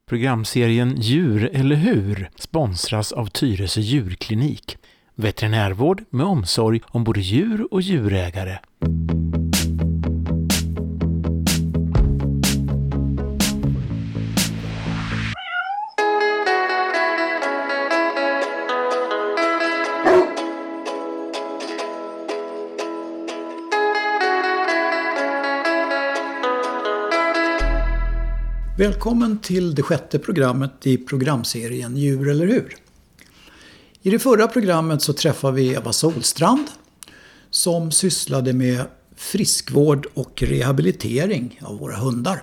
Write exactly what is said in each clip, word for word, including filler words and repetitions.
Programserien Djur eller hur sponsras av Tyresö djurklinik. Veterinärvård med omsorg om både djur och djurägare. Välkommen till det sjätte programmet i programserien Djur eller hur? I det förra programmet så träffade vi Eva Solstrand som sysslade med friskvård och rehabilitering av våra hundar.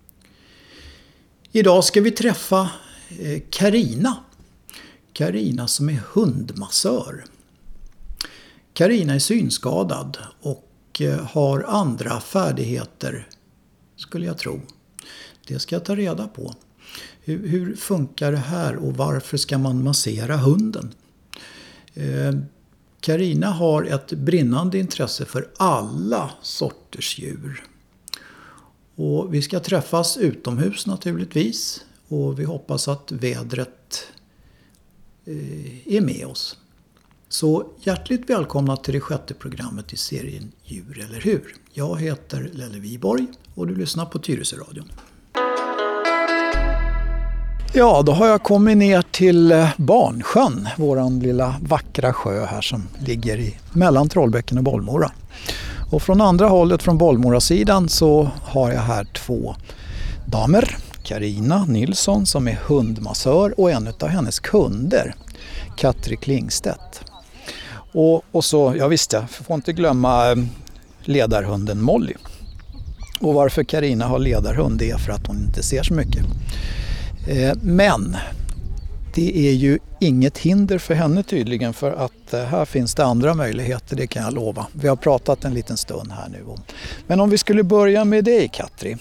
Idag ska vi träffa Carina. Carina som är hundmassör. Carina är synskadad och har andra färdigheter, skulle jag tro. Det ska jag ta reda på. Hur, hur funkar det här och varför ska man massera hunden? Carina eh, har ett brinnande intresse för alla sorters djur. Och vi ska träffas utomhus naturligtvis. Och vi hoppas att vädret eh, är med oss. Så hjärtligt välkomna till det sjätte programmet i serien Djur eller hur? Jag heter Lelle Viborg och du lyssnar på Tyresö-radion. Ja, då har jag kommit ner till Barnsjön, våran lilla vackra sjö här som ligger i mellan Trollbäcken och Bollmora. Och från andra hållet, från Bollmora-sidan, så har jag här två damer. Carina Nilsson som är hundmassör och en av hennes kunder, Katri Klingstedt. Och, och så, ja visst jag får inte glömma ledarhunden Molly. Och varför Carina har ledarhund det är för att hon inte ser så mycket. Men det är ju inget hinder för henne tydligen, för att här finns det andra möjligheter, det kan jag lova. Vi har pratat en liten stund här nu om. Men om vi skulle börja med dig, Katri.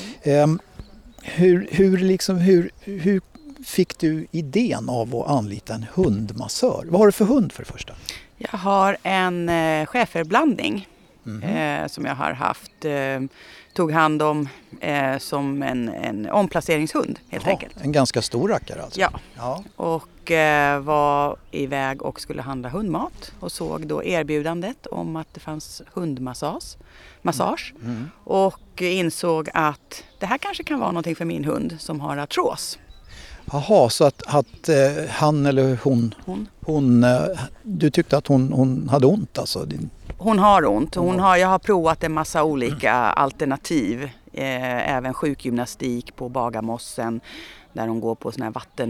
Hur, hur, liksom, hur, hur fick du idén av att anlita en hundmassör? Vad har du för hund för det första? Jag har en eh, schäferblandning Mm-hmm. eh, som jag har haft. Eh, tog hand om eh, som en, en omplaceringshund helt Jaha, enkelt. En ganska stor rackare alltså? Ja, ja. och eh, var iväg och skulle handla hundmat och såg då erbjudandet om att det fanns hundmassage massage, Mm. Mm. och insåg att det här kanske kan vara någonting för min hund som har artros. Jaha, så att, att eh, han eller hon, Hon. hon eh, du tyckte att hon, hon hade ont alltså? Din... Hon har ont. Hon har, jag har provat en massa olika alternativ. Eh, även sjukgymnastik på Bagarmossen. Där hon går på såna här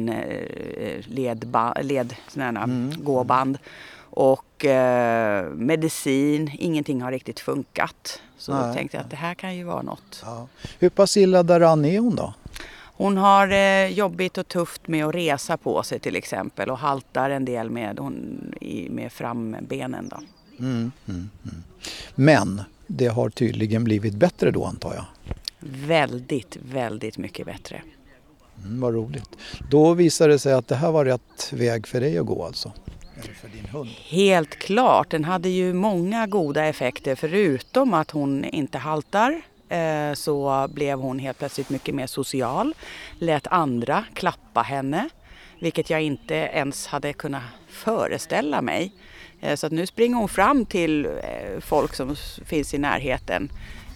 vattenledband, led, såna här Mm. gåband. Och eh, medicin. Ingenting har riktigt funkat. Så Nej. då tänkte jag att det här kan ju vara något. Ja. Hur pass illa däran är hon då? Hon har eh, jobbigt och tufft med att resa på sig till exempel. Och haltar en del med, hon, i, med frambenen då. Mm, mm, mm. Men det har tydligen blivit bättre då, antar jag. Väldigt, väldigt mycket bättre. Mm, vad roligt. Då visar det sig att det här var rätt väg för dig att gå alltså. Eller för din hund. Helt klart. Den hade ju många goda effekter. Förutom att hon inte haltar eh, så blev hon helt plötsligt mycket mer social. Lät andra klappa henne. Vilket jag inte ens hade kunnat föreställa mig. Så att nu springer hon fram till folk som finns i närheten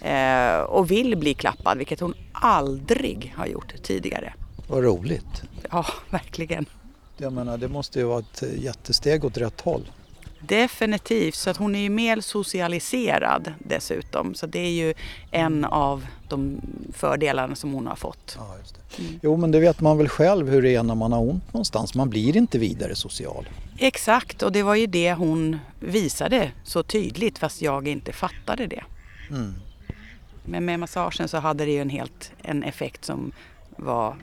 och vill bli klappad, vilket hon aldrig har gjort tidigare. Vad roligt. Ja, verkligen. Jag menar, det måste ju vara ett jättesteg åt rätt håll. Definitivt, så att hon är ju mer socialiserad dessutom. Så det är ju en av de fördelarna som hon har fått. Ja, just det. Mm. Jo, men det vet man väl själv hur det är när man har ont någonstans. Man blir inte vidare social. Exakt, och det var ju det hon visade så tydligt fast jag inte fattade det. Mm. Men med massagen så hade det ju en helt en effekt som var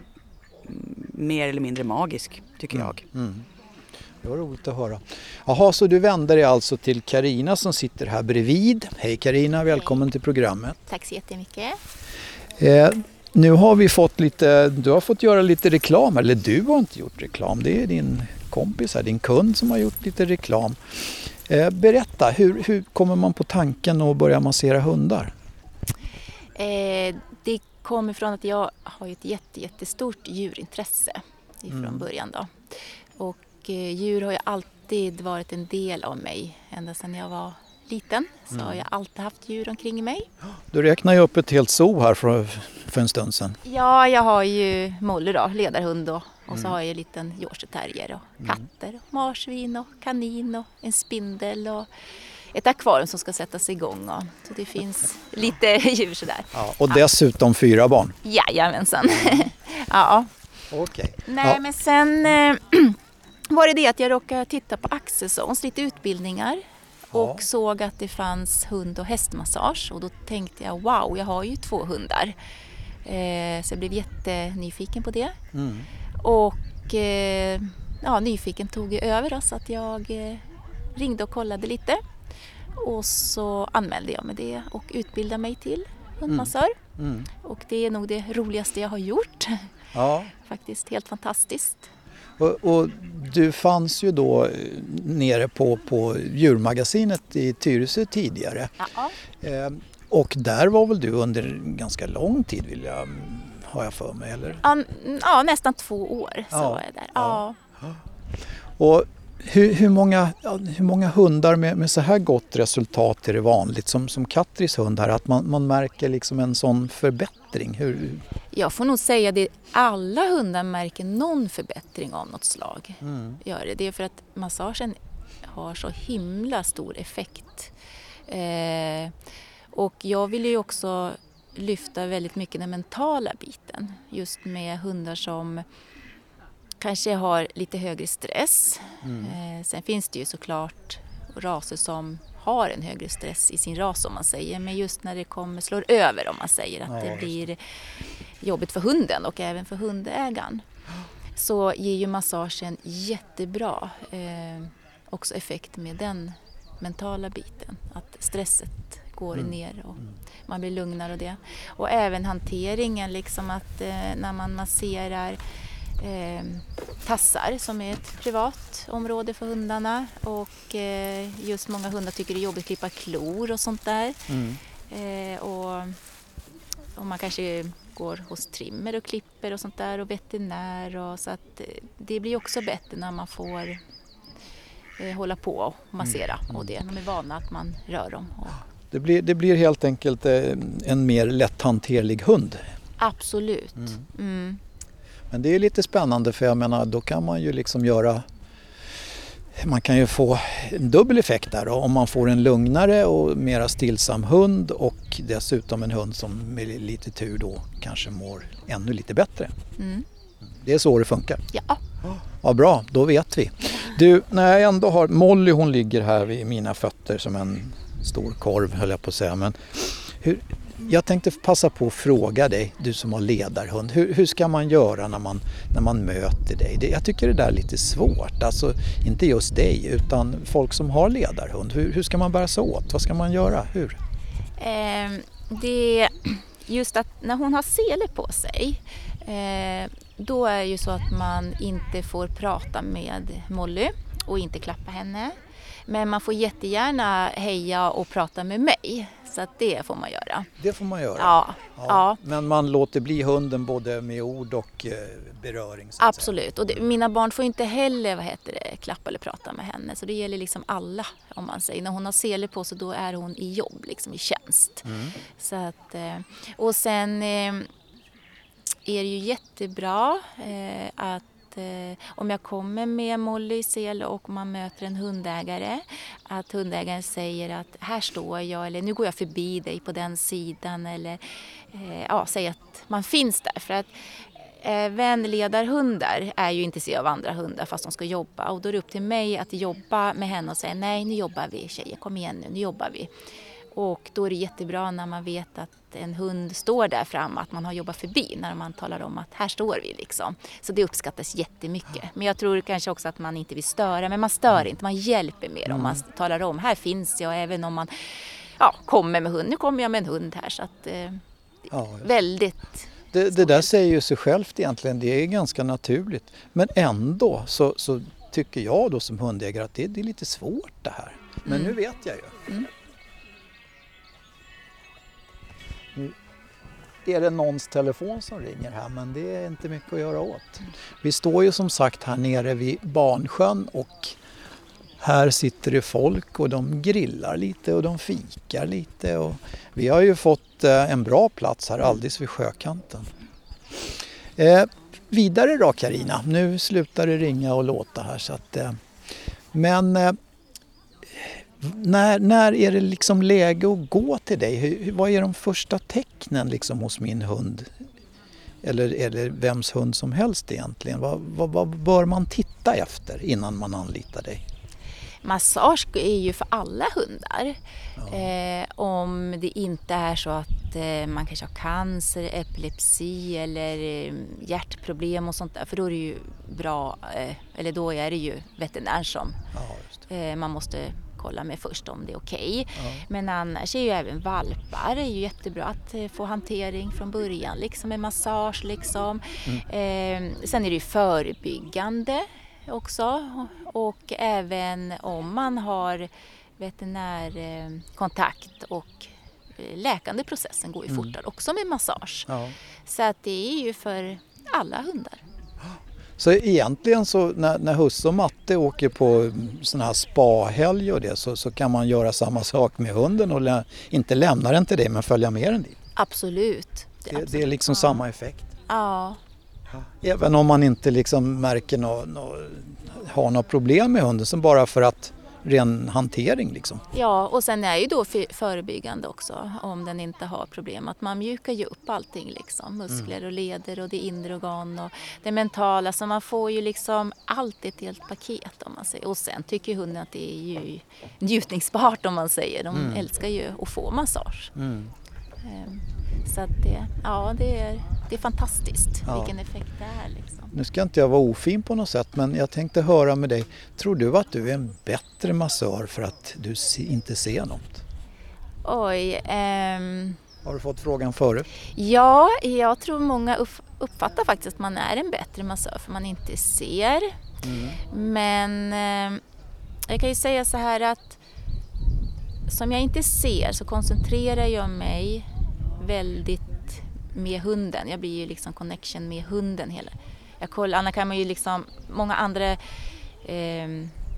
mer eller mindre magisk, tycker Mm. jag. Mm. Det var roligt att höra. Jaha, så du vänder dig alltså till Carina som sitter här bredvid. Hej Carina, välkommen Hej. Till programmet. Tack så jättemycket. Eh, nu har vi fått lite, du har fått göra lite reklam, eller du har inte gjort reklam. Det är din kompis här, din kund som har gjort lite reklam. Eh, berätta, hur, hur kommer man på tanken att börja massera hundar? Eh, det kommer från att jag har ju ett jätte, jättestort djurintresse ifrån Mm. början då. Och eh, djur har ju alltid varit en del av mig. Ända sedan jag var liten så Mm. har jag alltid haft djur omkring mig. Du räknar ju upp ett helt zoo här för, för en stund sedan. Ja, jag har ju Molly då, ledarhund och, och Mm. så har jag en liten Yorkshire terrier och katter, och marsvin och kanin och en spindel och ett akvarium som ska sättas igång. Och, så det finns lite djur sådär. Ja, och dessutom fyra barn. Jajamensan. Ja. Okej. Nej, Ja. men sen eh, var det det att jag råkade titta på Axelssons lite utbildningar och Ja. såg att det fanns hund- och hästmassage och då tänkte jag wow, jag har ju två hundar. Eh, så jag blev jättenyfiken på det. Mm. Och eh, ja, nyfiken tog jag över då, så att jag eh, ringde och kollade lite. Och så anmälde jag mig det och utbildade mig till hundmassör. Mm. Och det är nog det roligaste jag har gjort. Ja. Faktiskt helt fantastiskt. Och, och du fanns ju då eh, nere på, på djurmagasinet i Tyresö tidigare. Ja. Eh, och där var väl du under ganska lång tid, vill jag, har jag för mig, eller? Ja, ja, nästan två år så Ja. var jag där. Ja. Och hur, hur, många, ja, hur många hundar med, med så här gott resultat är det vanligt, som, som Katris hund här, att man, man märker liksom en sån förbättring? Hur? Jag får nog säga det, alla hundar märker någon förbättring av något slag. Mm. Gör det. Det är för att massagen har så himla stor effekt. Eh, och jag vill ju också lyfta väldigt mycket den mentala biten. Just med hundar som kanske har lite högre stress. Mm. Eh, sen finns det ju såklart raser som har en högre stress i sin ras om man säger. Men just när det kommer slår över om man säger att Ja, det just blir jobbigt för hunden och även för hundägaren. Så ger ju massagen jättebra eh, också effekt med den mentala biten. Att stresset går Mm. ner och man blir lugnare och det. Och även hanteringen, liksom att eh, när man masserar eh, tassar som är ett privat område för hundarna. Och eh, just många hundar tycker det är jobbigt att klippa klor och sånt där. Mm. Eh, och, och man kanske går hos trimmer och klipper och sånt där och veterinär. Och så att eh, det blir också bättre när man får eh, hålla på och massera och det. De är vana att man rör dem. Och, Det blir, det blir helt enkelt eh, en mer lätthanterlig hund. absolut. Mm. Mm. Men det är lite spännande, för jag menar, då kan man ju liksom göra, man kan ju få en dubbel effekt där då, om man får en lugnare och mera stillsam hund och dessutom en hund som med lite tur då kanske mår ännu lite bättre. Mm. Det är så det funkar. Ja. Ja, bra, då vet vi. Du, när jag ändå har Molly, hon ligger här vid mina fötter som en stor korv, höll jag på att säga, men hur, jag tänkte passa på att fråga dig, du som har ledarhund, hur, hur ska man göra när man, när man möter dig? Det, jag tycker det där är lite svårt, alltså inte just dig utan folk som har ledarhund. Hur, hur ska man bära sig åt? Vad ska man göra? Hur? Eh, det är just att när hon har sele på sig, eh, då är det ju så att man inte får prata med Molly och inte klappa henne. Men man får jättegärna heja och prata med mig, så att det får man göra. Det får man göra. Ja, ja. Men man låter bli hunden både med ord och eh, beröring. Så att Absolut. Och det, mina barn får inte heller vad heter det, klappa eller prata med henne. Så det gäller liksom alla, om man säger. När hon har sele på sig, då är hon i jobb, liksom i tjänst. Mm. Så att, eh, och sen eh, är det ju jättebra eh, att eh, om jag kommer med Molly i sele och man möter en hundägare, att hundägaren säger att här står jag, eller nu går jag förbi dig på den sidan, eller eh, ja, säger att man finns där. För att även ledarhundar är ju intresserade av andra hundar fast de ska jobba, och då är det upp till mig att jobba med henne och säga nej, nu jobbar vi tjejer, kom igen nu, nu jobbar vi. Och då är det jättebra när man vet att en hund står där framme, att man har jobbat förbi, när man talar om att här står vi liksom. Så det uppskattas jättemycket. Men jag tror kanske också att man inte vill störa, men man stör inte, man hjälper mer om man talar om, här finns jag, även om man ja, kommer med hund. Nu kommer jag med en hund här, så att eh, Ja, väldigt... Det, det där säger ju sig självt egentligen, det är ganska naturligt. Men ändå så, så tycker jag då som hundägare att det, det är lite svårt det här. Men Mm. nu vet jag ju. Mm. Nu är det någons telefon som ringer här, men det är inte mycket att göra åt. Vi står ju som sagt här nere vid Barnsjön och här sitter det folk och de grillar lite och de fikar lite. Och vi har ju fått en bra plats här alldeles vid sjökanten. Eh, vidare då Carina, nu slutar det ringa och låta här. Så att, eh, men eh, när, när är det liksom läge att gå till dig? Hur, vad är de första tecknen liksom hos min hund? Eller, eller vems hund som helst egentligen? Vad, vad, vad bör man titta efter innan man anlitar dig? Massage är ju för alla hundar. Ja. Eh, om det inte är så att eh, man kanske har cancer, epilepsi eller eh, hjärtproblem och sånt där. För då är det ju bra, eh, eller då är det ju veterinär som Ja, just det. eh, man måste kolla med först om det är okej. Ja. Men annars är ju även valpar är ju jättebra att eh, få hantering från början, liksom med massage liksom. Mm. Eh, sen är det ju förebyggande också, och även om man har veterinärkontakt och läkande processen går ju Mm. fortare också med massage. Ja. Så att det är ju för alla hundar. Så egentligen så när, när husse och matte åker på sån här spahelg och det så, så kan man göra samma sak med hunden och lä- inte lämna den till dig men följa med den dit. Absolut. Det, absolut. det är liksom Ja. samma effekt. Ja. Även om man inte liksom märker nå, nå, har något problem med hunden, som bara för att ren hantering liksom. Ja, och sen är ju då för- förebyggande också om den inte har problem. Att man mjukar ju upp allting liksom. Muskler och leder och det inre organ och det mentala. Så man får ju liksom allt i ett helt paket om man säger. Och sen tycker ju hunden att det är ju njutningsbart om man säger. De Mm. älskar ju att få massage. Mm. Ehm, Så att det, ja, det, är, det är fantastiskt Ja. vilken effekt det är liksom. Nu ska inte jag vara ofin på något sätt, men jag tänkte höra med dig. Tror du att du är en bättre massör för att du se, inte ser något? Oj, ehm, Har du fått frågan förut? ja, jag tror många upp, uppfattar faktiskt att man är en bättre massör för man inte ser. Mm. Men eh, jag kan ju säga så här att som jag inte ser så koncentrerar jag mig väldigt med hunden. Jag blir ju liksom connection med hunden hela. Jag kollar, annars kan man ju liksom, många andra eh,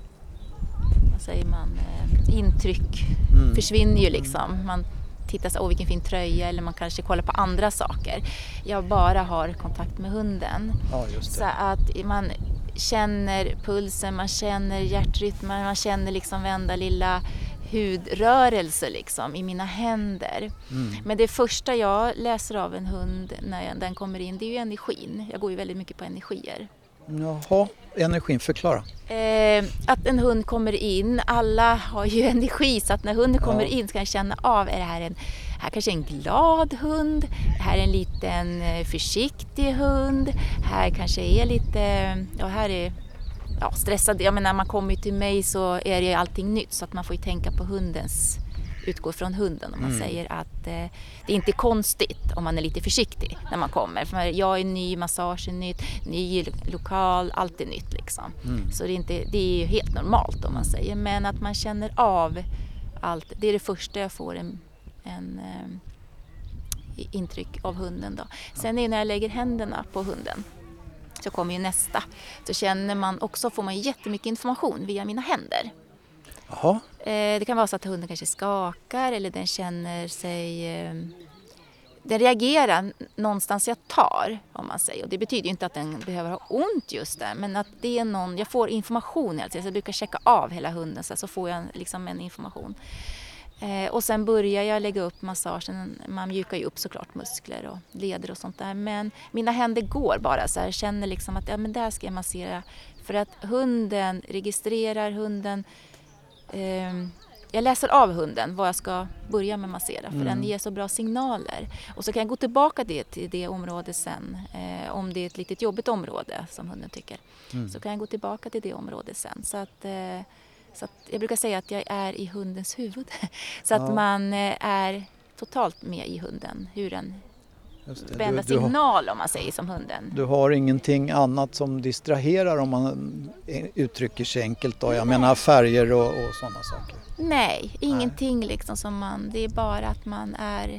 vad säger man, eh, intryck Mm. försvinner ju liksom. Man tittar så, åh vilken fin tröja, eller man kanske kollar på andra saker. Jag bara har kontakt med hunden. Ja, just Så det. att man känner pulsen, man känner hjärtrytmen, man känner liksom vända lilla hudrörelse liksom i mina händer. Mm. Men det första jag läser av en hund när jag, den kommer in, det är ju energin. Jag går ju väldigt mycket på energier. Jaha, energin, förklara. Eh, att en hund kommer in, alla har ju energi, så att när hunden kommer Ja. in ska jag känna av, är det här en, här kanske en glad hund, här är en liten eh, försiktig hund, här kanske är lite, ja här är ja, stressad. Jag menar, när man kommer till mig så är det allting nytt, så att man får ju tänka på hundens, utgå från hunden om man Mm. säger att eh, det är inte konstigt om man är lite försiktig när man kommer. För jag är ny, massage är nytt, ny lokal, allt är nytt liksom. Mm. Så det är, inte, det är ju helt normalt om man säger, men att man känner av allt, det är det första jag får en, en eh, intryck av hunden då. Sen är det när jag lägger händerna på hunden, så kommer ju nästa. Så känner man också, får man jättemycket information via mina händer. Jaha, Eh, det kan vara så att hunden kanske skakar eller den känner sig... Eh, den reagerar någonstans jag tar, om man säger. Och det betyder ju inte att den behöver ha ont just där, men att det är någon... Jag får information, alltså. Jag brukar checka av hela hunden så, så får jag liksom en information. Eh, och sen börjar jag lägga upp massagen. Man mjukar ju upp såklart muskler och leder och sånt där. Men mina händer går bara så här. Känner liksom att ja, men där ska jag massera. För att hunden registrerar, hunden... Eh, jag läser av hunden vad jag ska börja med massera. För Mm. den ger så bra signaler. Och så kan jag gå tillbaka det till det området sen. Eh, om det är ett litet jobbigt område som hunden tycker. Mm. Så kan jag gå tillbaka till det området sen. Så att... Eh, Så att jag brukar säga att jag är i hundens huvud. Så att Ja. man eh, är totalt med i hunden. Hur den just det. vänder Du, du, har, signal om man säger som hunden. du har ingenting annat som distraherar om man uttrycker sig enkelt då? Jag menar färger och, och sådana saker. Nej, ingenting liksom som man... Det är bara att man är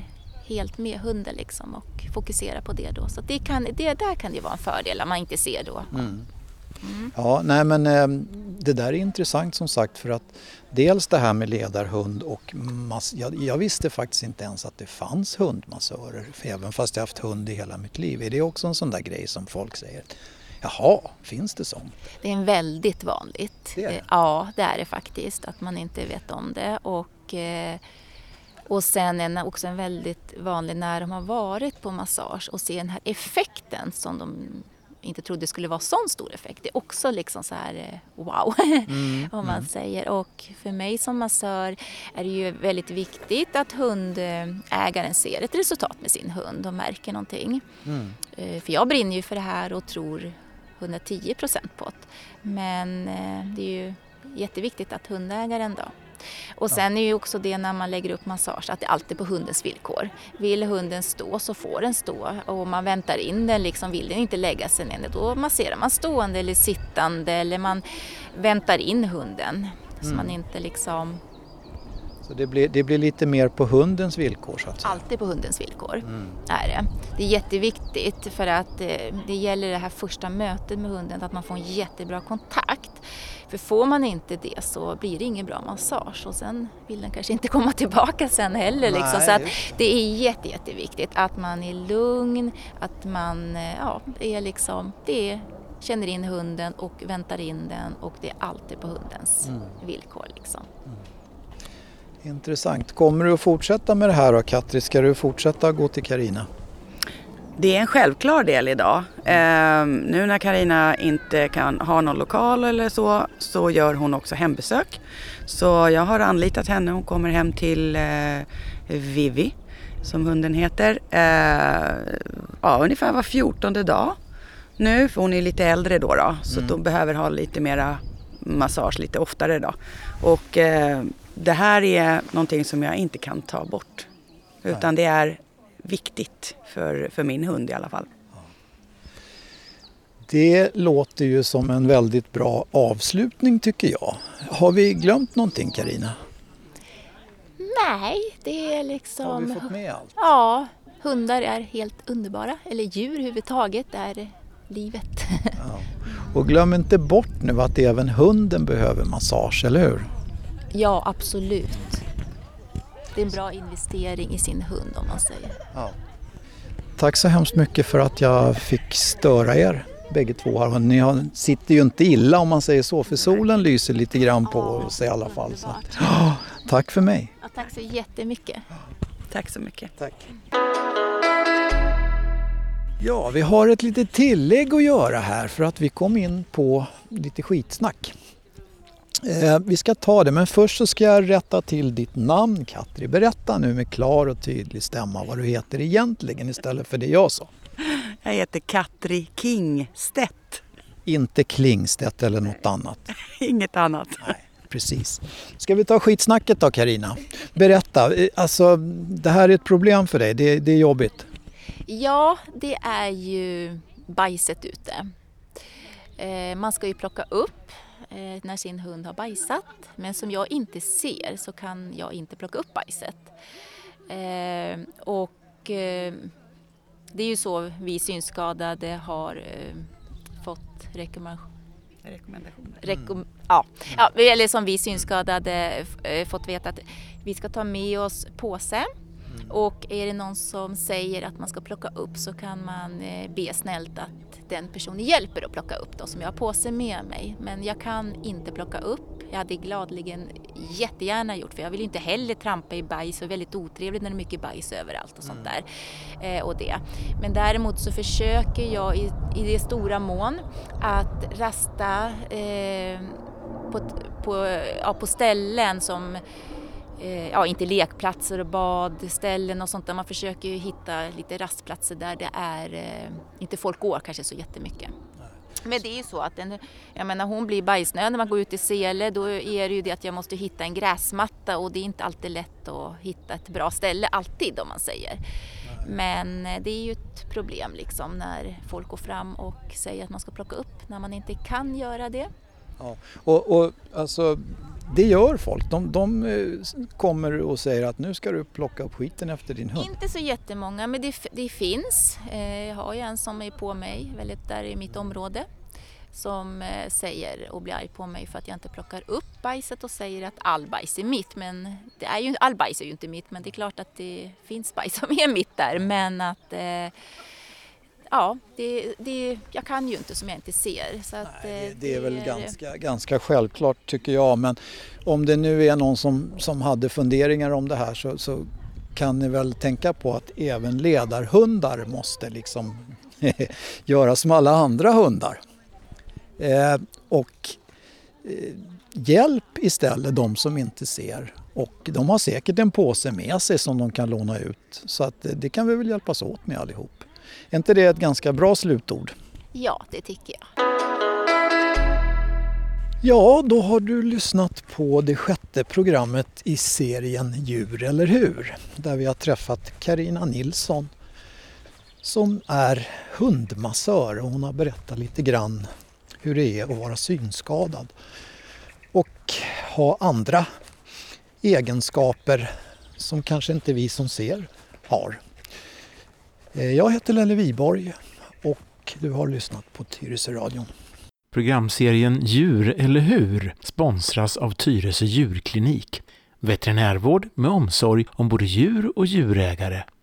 helt med hunden liksom och fokusera på det då. Så det, kan, det där kan det vara en fördel om man inte ser då. Mm. Mm. Ja, nej men eh, det där är intressant som sagt, för att dels det här med ledarhund och mass- jag, jag visste faktiskt inte ens att det fanns hundmassörer, även fast jag haft hund i hela mitt liv. Är det också en sån där grej som folk säger? Jaha, finns det sånt? Det är en väldigt vanligt. Det är det. Ja, det är det faktiskt, att man inte vet om det. Och, eh, och sen är också en väldigt vanlig när de har varit på massage och ser den här effekten som de inte trodde skulle vara sån stor effekt. Det är också liksom så här eh, wow, mm, om man mm. säger. Och för mig som massör är det ju väldigt viktigt att hundägaren ser ett resultat med sin hund och märker någonting. Mm. Eh, för jag brinner ju för det här och tror hundratio procent på det. Men eh, det är ju jätteviktigt att hundägaren då. Och sen är ju också det när man lägger upp massage att det alltid är på hundens villkor. Vill hunden stå så får den stå, och man väntar in den liksom, vill den inte lägga sig ner då masserar man stående eller sittande, eller man väntar in hunden så mm. man inte liksom... Så det blir, det blir lite mer på hundens villkor så att säga? Alltid på hundens villkor mm. är det. Det är jätteviktigt för att det, det gäller det här första mötet med hunden, att man får en jättebra kontakt. För får man inte det så blir det ingen bra massage och sen vill den kanske inte komma tillbaka sen heller. Liksom. Så att det är jätte, jätteviktigt att man är lugn, att man ja, är liksom, det är, känner in hunden och väntar in den, och det är alltid på hundens mm. villkor. Liksom. Mm. Intressant. Kommer du att fortsätta med det här då, Katri? Ska du fortsätta gå till Carina? Det är en självklar del idag. Eh, nu när Carina inte kan ha någon lokal eller så, så gör hon också hembesök. Så jag har anlitat henne. Hon kommer hem till eh, Vivi, som hunden heter. Eh, ja, ungefär var fjortonde dag nu, för hon är lite äldre då. då så mm. de behöver ha lite mera massage lite oftare då. Och eh, det här är någonting som jag inte kan ta bort. Utan det är viktigt för, för min hund i alla fall. Det låter ju som en väldigt bra avslutning tycker jag. Har vi glömt någonting, Carina? Nej, det är liksom... Har vi fått med allt? Ja, hundar är helt underbara. Eller djur överhuvudtaget är livet. Ja. Och glöm inte bort nu att även hunden behöver massage, eller hur? Ja, absolut. Det är en bra investering i sin hund om man säger. Ja. Tack så hemskt mycket för att jag fick störa er bägge två här. Ni har, sitter ju inte illa om man säger så, för solen lyser lite grann på oh, oss i alla fall. Så att, oh, tack för mig. Ja, tack så jättemycket. Tack så mycket. Tack. Ja, vi har ett litet tillägg att göra här för att vi kom in på lite skitsnack. Eh, vi ska ta det, men först så ska jag rätta till ditt namn, Katri. Berätta nu med klar och tydlig stämma vad du heter egentligen istället för det jag sa. Jag heter Katri Kingstedt. Inte Klingstedt eller något annat. Inget annat. Nej, precis. Ska vi ta skitsnacket då, Carina? Berätta, alltså det här är ett problem för dig, det, det är jobbigt. Ja, det är ju bajset ute. Eh, man ska ju plocka upp när sin hund har bajsat, men som jag inte ser så kan jag inte plocka upp bajset. Eh, och eh, det är ju så vi synskadade har eh, fått rekommendation. rekommendationer. Rekom- ja. ja, eller som vi synskadade eh, fått veta att vi ska ta med oss påse. Och är det någon som säger att man ska plocka upp så kan man eh, be snällt att den personen hjälper att plocka upp då, som jag har på sig med mig. Men jag kan inte plocka upp. Jag hade gladligen jättegärna gjort, för jag vill inte heller trampa i bajs, och väldigt otrevligt när det är mycket bajs överallt och sånt där. Eh, och det. Men däremot så försöker jag i, i det stora mån att rasta eh, på, på, ja, på ställen som ja, inte lekplatser och badställen och sånt där. Man försöker ju hitta lite rastplatser där det är eh, inte folk går kanske så jättemycket. Men det är ju så att en, jag menar, hon blir bajsnödig när man går ut i Sele, då är det ju det att jag måste hitta en gräsmatta, och det är inte alltid lätt att hitta ett bra ställe alltid om man säger. Men det är ju ett problem liksom när folk går fram och säger att man ska plocka upp när man inte kan göra det. Ja. Och, och alltså, det gör folk. De, de kommer och säger att nu ska du plocka upp skiten efter din hund. Inte så jättemånga, men det, det finns. Jag har ju en som är på mig, väldigt där i mitt område, som säger och blir arg på mig för att jag inte plockar upp bajset och säger att all bajs är mitt. Men det är ju, all bajs är ju inte mitt, men det är klart att det finns bajs som är mitt där. Men att... Eh, Ja, det, det, jag kan ju inte som jag inte ser. Så att, Nej, det, det, det är väl är... ganska, ganska självklart tycker jag. Men om det nu är någon som, som hade funderingar om det här så, så kan ni väl tänka på att även ledarhundar måste liksom göra som alla andra hundar. Eh, och eh, hjälp istället de som inte ser. Och de har säkert en påse med sig som de kan låna ut. Så att det kan vi väl hjälpas åt med allihop. Är inte det ett ganska bra slutord? Ja, det tycker jag. Ja, då har du lyssnat på det sjätte programmet i serien Djur eller hur? Där vi har träffat Carina Nilsson som är hundmassör och hon har berättat lite grann hur det är att vara synskadad och ha andra egenskaper som kanske inte vi som ser har. Jag heter Lelle Viborg och du har lyssnat på Tyresöradion. Programserien Djur eller hur sponsras av Tyresö djurklinik. Veterinärvård med omsorg om både djur och djurägare.